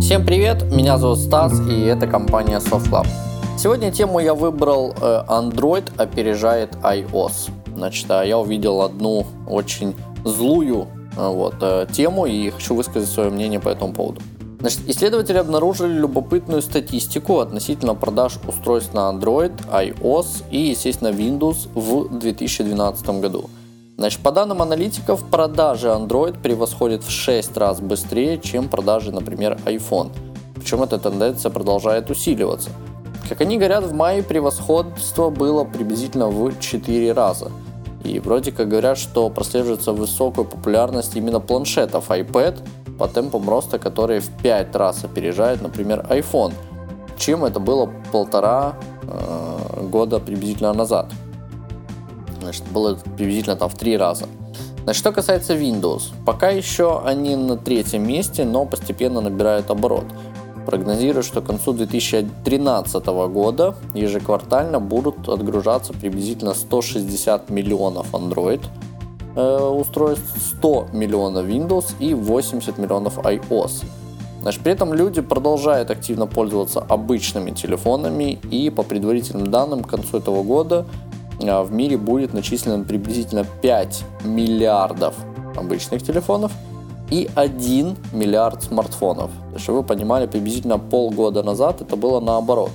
Всем привет, меня зовут Стас, и это компания SoftLab. Сегодня тему я выбрал Android опережает iOS. Значит, я увидел одну очень злую тему и хочу высказать свое мнение по этому поводу. Значит, исследователи обнаружили любопытную статистику относительно продаж устройств на Android, iOS и, естественно, Windows в 2012 году. Значит, по данным аналитиков, продажи Android превосходят в 6 раз быстрее, чем продажи, например, iPhone. Причем эта тенденция продолжает усиливаться. Как они говорят, в мае превосходство было приблизительно в 4 раза. И вроде как говорят, что прослеживается высокая популярность именно планшетов iPad по темпам роста, которые в 5 раз опережают, например, iPhone, чем это было 1,5 года приблизительно назад. Значит, было приблизительно в 3 раза. Значит, что касается Windows, пока еще они на 3-м месте, но постепенно набирают оборот. Прогнозируют, что к концу 2013 года ежеквартально будут отгружаться приблизительно 160 миллионов Android устройств, 100 миллионов Windows и 80 миллионов iOS. Значит, при этом люди продолжают активно пользоваться обычными телефонами, и по предварительным данным к концу этого года в мире будет начислено приблизительно 5 миллиардов обычных телефонов и 1 миллиард смартфонов. Чтобы вы понимали, приблизительно полгода назад это было наоборот.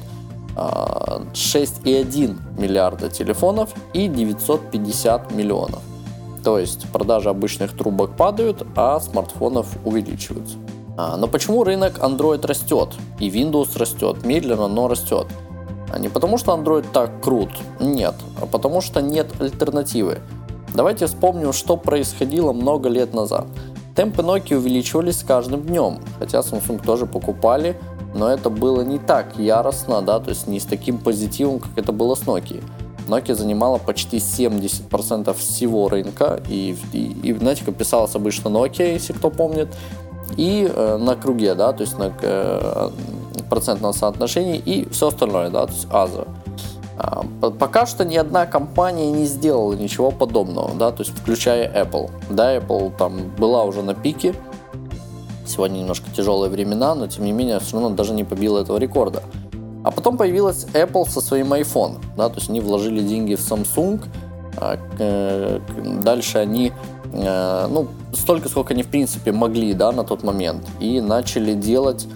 6,1 миллиарда телефонов и 950 миллионов. То есть продажи обычных трубок падают, а смартфонов увеличиваются. Но почему рынок Android растет и Windows растет? Медленно, но растет. Не потому что Android так крут, нет, а потому что нет альтернативы. Давайте вспомним, что происходило много лет назад. Темпы Nokia увеличивались с каждым днем, хотя Samsung тоже покупали, но это было не так яростно, то есть не с таким позитивом, как это было с Nokia. Nokia занимала почти 70% всего рынка, и знаете, как писалось обычно Nokia, если кто помнит, и на круге, то есть на процентном соотношении и все остальное, то есть Азия. Пока что ни одна компания не сделала ничего подобного, то есть включая Apple. Apple там была уже на пике, сегодня немножко тяжелые времена, но тем не менее все равно даже не побила этого рекорда. А потом появилась Apple со своим iPhone, то есть они вложили деньги в Samsung, дальше они столько, сколько они в принципе могли, на тот момент, и начали делать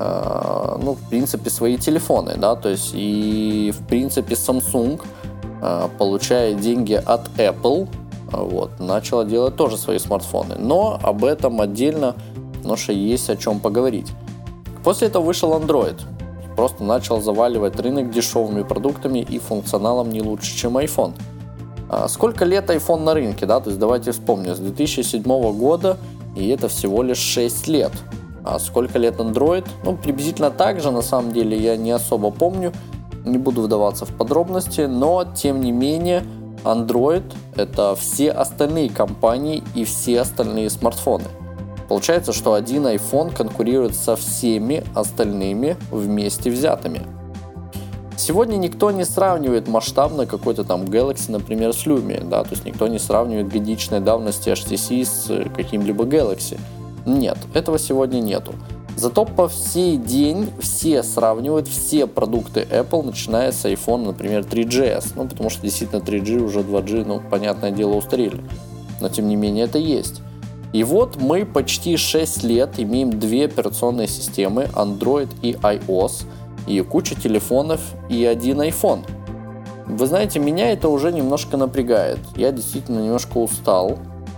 в принципе, свои телефоны, то есть и, в принципе, Samsung, получая деньги от Apple, начала делать тоже свои смартфоны, но об этом отдельно, потому что есть о чем поговорить. После этого вышел Android, просто начал заваливать рынок дешевыми продуктами и функционалом не лучше, чем iPhone. Сколько лет iPhone на рынке, то есть давайте вспомним, с 2007 года, и это всего лишь 6 лет. А сколько лет Android? Приблизительно так же, на самом деле, я не особо помню, не буду вдаваться в подробности, но, тем не менее, Android – это все остальные компании и все остальные смартфоны. Получается, что один iPhone конкурирует со всеми остальными вместе взятыми. Сегодня никто не сравнивает масштабно какой-то там Galaxy, например, с Lumia, то есть никто не сравнивает годичной давности HTC с каким-либо Galaxy. Нет, этого сегодня нету. Зато по сей день все сравнивают все продукты Apple, начиная с iPhone, например, 3GS. Потому что действительно 3G, уже 2G, понятное дело, устарели. Но тем не менее это есть. И вот мы почти 6 лет имеем 2 операционные системы, Android и iOS, и куча телефонов, и один iPhone. Вы знаете, меня это уже немножко напрягает. Я действительно немножко устал.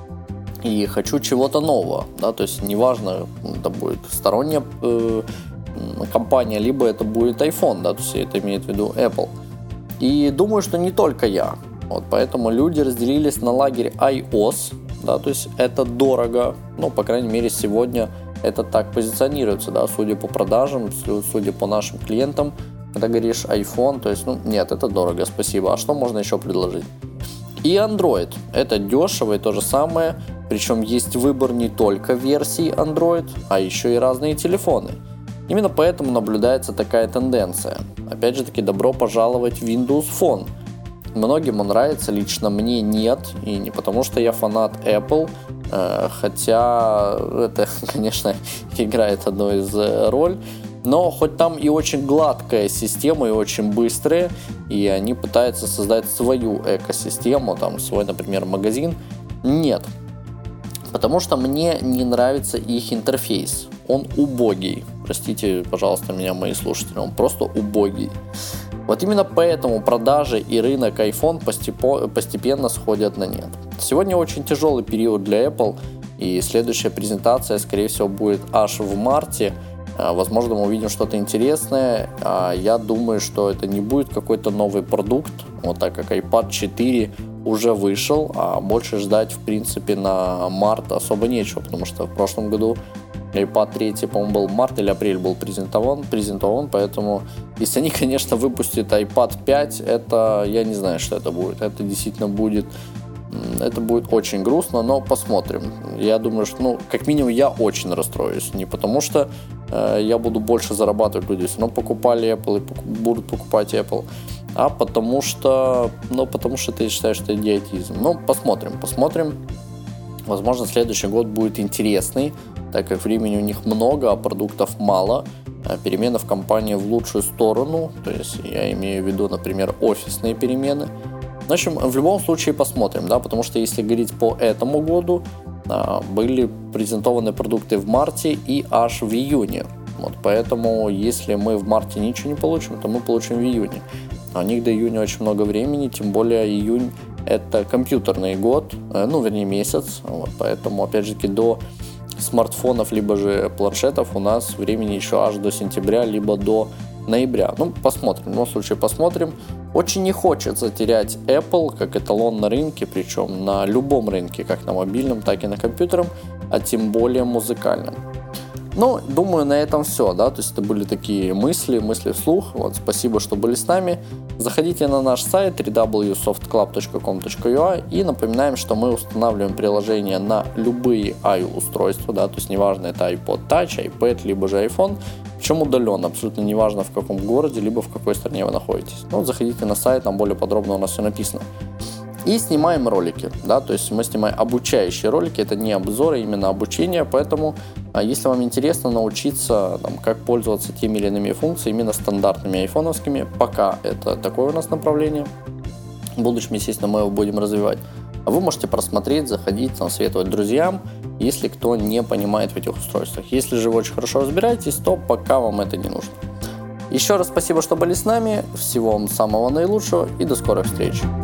И хочу чего-то нового, то есть неважно, это будет сторонняя компания, либо это будет iPhone, то есть это имеет в виду Apple. И думаю, что не только я, поэтому люди разделились на лагерь iOS, то есть это дорого, по крайней мере сегодня это так позиционируется, судя по продажам, судя по нашим клиентам, когда говоришь iPhone, то есть нет, это дорого, спасибо, а что можно еще предложить? И Android, это дешево и то же самое. Причем есть выбор не только версий Android, а еще и разные телефоны. Именно поэтому наблюдается такая тенденция. Опять же таки, добро пожаловать в Windows Phone. Многим он нравится, лично мне нет, и не потому что я фанат Apple, хотя это, конечно, играет одну из роль, но хоть там и очень гладкая система, и очень быстрая, и они пытаются создать свою экосистему, там свой, например, магазин, нет. Потому что мне не нравится их интерфейс. Он убогий. Простите, пожалуйста, меня, мои слушатели, он просто убогий. Вот именно поэтому продажи и рынок iPhone постепенно сходят на нет. Сегодня очень тяжелый период для Apple, и следующая презентация, скорее всего, будет аж в марте. Возможно, мы увидим что-то интересное. Я думаю, что это не будет какой-то новый продукт, вот так как iPad 4 уже вышел, а больше ждать, в принципе, на март особо нечего, потому что в прошлом году iPad 3, по-моему, был март или апрель был презентован, поэтому если они, конечно, выпустят iPad 5, это, я не знаю, что это будет. Это действительно будет, это будет очень грустно, но посмотрим. Я думаю, что, как минимум, я очень расстроюсь. Не потому что я буду больше зарабатывать, люди все равно покупали Apple и будут покупать Apple, а потому что ты считаешь, что это идиотизм. Посмотрим. Возможно, следующий год будет интересный, так как времени у них много, а продуктов мало. Перемены в компании в лучшую сторону, то есть я имею в виду, например, офисные перемены. В общем, в любом случае посмотрим, да, потому что если говорить по этому году, были презентованы продукты в марте и аж в июне. Вот, поэтому, если мы в марте ничего не получим, то мы получим в июне. У них до июня очень много времени, тем более июнь это компьютерный год, месяц. Вот, поэтому, опять же таки, до смартфонов, либо же планшетов у нас времени еще аж до сентября, либо до ноября. Посмотрим. В любом случае, посмотрим. Очень не хочется терять Apple как эталон на рынке, причем на любом рынке, как на мобильном, так и на компьютерном, а тем более музыкальном. Думаю, на этом все, да, то есть это были такие мысли вслух. Вот, спасибо, что были с нами. Заходите на наш сайт www.softclub.com.ua и напоминаем, что мы устанавливаем приложение на любые iOS-устройства, да, то есть неважно, это iPod Touch, iPad, либо же iPhone, причем удаленно, абсолютно неважно, в каком городе, либо в какой стране вы находитесь. Заходите на сайт, там более подробно у нас все написано. И снимаем ролики, да, то есть мы снимаем обучающие ролики, это не обзоры, именно обучение, поэтому если вам интересно научиться, как пользоваться теми или иными функциями, именно стандартными айфоновскими, пока это такое у нас направление, в будущем, естественно, мы его будем развивать, вы можете просмотреть, заходить, советовать друзьям, если кто не понимает в этих устройствах. Если же вы очень хорошо разбираетесь, то пока вам это не нужно. Еще раз спасибо, что были с нами, всего вам самого наилучшего и до скорых встреч.